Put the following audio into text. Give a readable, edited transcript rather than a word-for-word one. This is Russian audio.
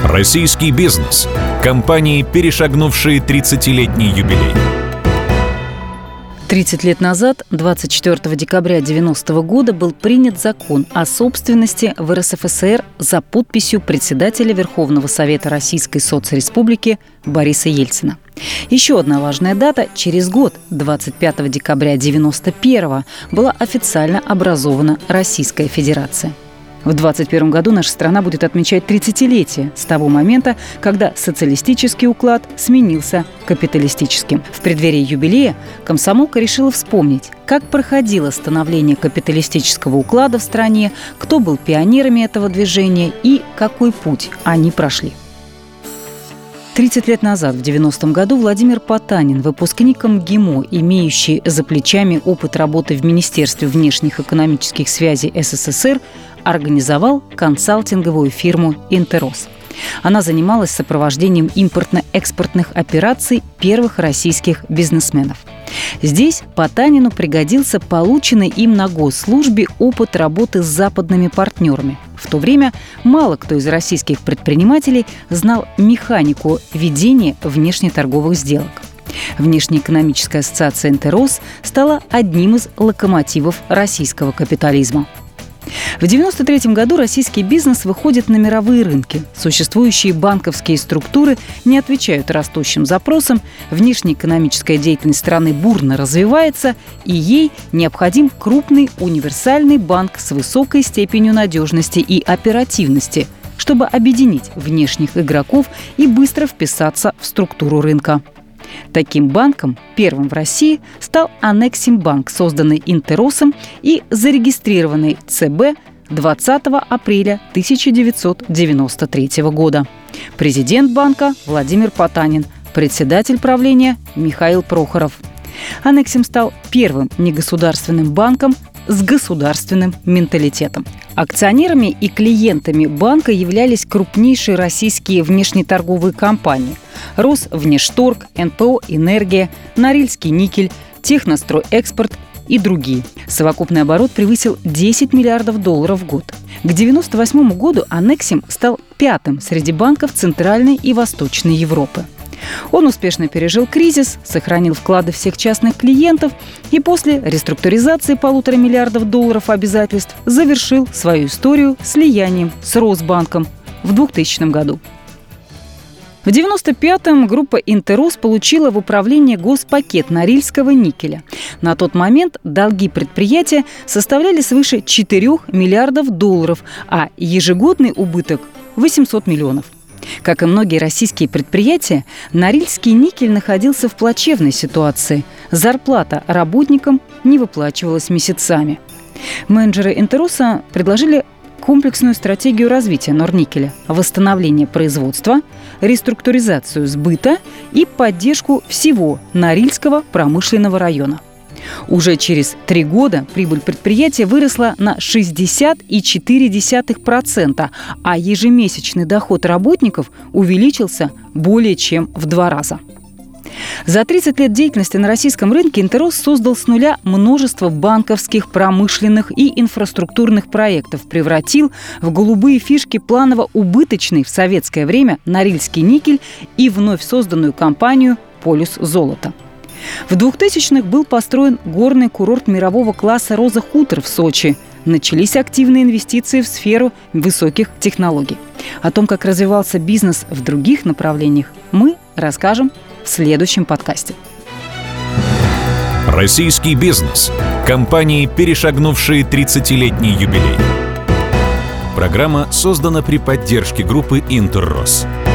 Российский бизнес. Компании, перешагнувшие 30-летний юбилей. 30 лет назад, 24 декабря 1990 года, был принят закон о собственности в РСФСР за подписью председателя Верховного Совета Российской Соцреспублики Бориса Ельцина. Еще одна важная дата – через год, 25 декабря 1991, была официально образована Российская Федерация. В 2021 году наша страна будет отмечать 30-летие с того момента, когда социалистический уклад сменился капиталистическим. В преддверии юбилея комсомолка решила вспомнить, как проходило становление капиталистического уклада в стране, кто был пионерами этого движения и какой путь они прошли. 30 лет назад, в 90-м году, Владимир Потанин, выпускник МГИМО, имеющий за плечами опыт работы в Министерстве внешних экономических связей СССР, организовал консалтинговую фирму «Интерос». Она занималась сопровождением импортно-экспортных операций первых российских бизнесменов. Здесь Потанину пригодился полученный им на госслужбе опыт работы с западными партнерами. В то время мало кто из российских предпринимателей знал механику ведения внешнеторговых сделок. Внешнеэкономическая ассоциация «Интерос» стала одним из локомотивов российского капитализма. В 1993 году российский бизнес выходит на мировые рынки. Существующие банковские структуры не отвечают растущим запросам, внешнеэкономическая деятельность страны бурно развивается, и ей необходим крупный универсальный банк с высокой степенью надежности и оперативности, чтобы объединить внешних игроков и быстро вписаться в структуру рынка. Таким банком, первым в России, стал Анексимбанк, созданный Интеросом и зарегистрированный ЦБ 20 апреля 1993 года. Президент банка Владимир Потанин, председатель правления Михаил Прохоров. Анексим стал первым негосударственным банком с государственным менталитетом. Акционерами и клиентами банка являлись крупнейшие российские внешнеторговые компании: Росвнешторг, НПО «Энергия», Норильский никель, Техностройэкспорт и другие. Совокупный оборот превысил 10 миллиардов долларов в год. К 1998 году Анексим стал пятым среди банков Центральной и Восточной Европы. Он успешно пережил кризис, сохранил вклады всех частных клиентов и после реструктуризации $1,5 миллиарда обязательств завершил свою историю слиянием с Росбанком в 2000 году. В 1995-м группа «Интерос» получила в управление госпакет Норильского никеля. На тот момент долги предприятия составляли свыше $4 миллиардов, а ежегодный убыток – 800 миллионов. Как и многие российские предприятия, Норильский никель находился в плачевной ситуации. Зарплата работникам не выплачивалась месяцами. Менеджеры «Интероса» предложили комплексную стратегию развития Норникеля, восстановление производства, реструктуризацию сбыта и поддержку всего Норильского промышленного района. Уже через 3 года прибыль предприятия выросла на 60,4%, а ежемесячный доход работников увеличился более чем в 2 раза. За 30 лет деятельности на российском рынке «Интерос» создал с нуля множество банковских, промышленных и инфраструктурных проектов, превратил в голубые фишки планово-убыточный в советское время Норильский никель и вновь созданную компанию «Полюс золота». В 2000-х был построен горный курорт мирового класса «Роза Хутор» в Сочи. Начались активные инвестиции в сферу высоких технологий. О том, как развивался бизнес в других направлениях, мы расскажем в следующем подкасте. Российский бизнес. Компании, перешагнувшие 30-летний юбилей. Программа создана при поддержке группы «Интерос».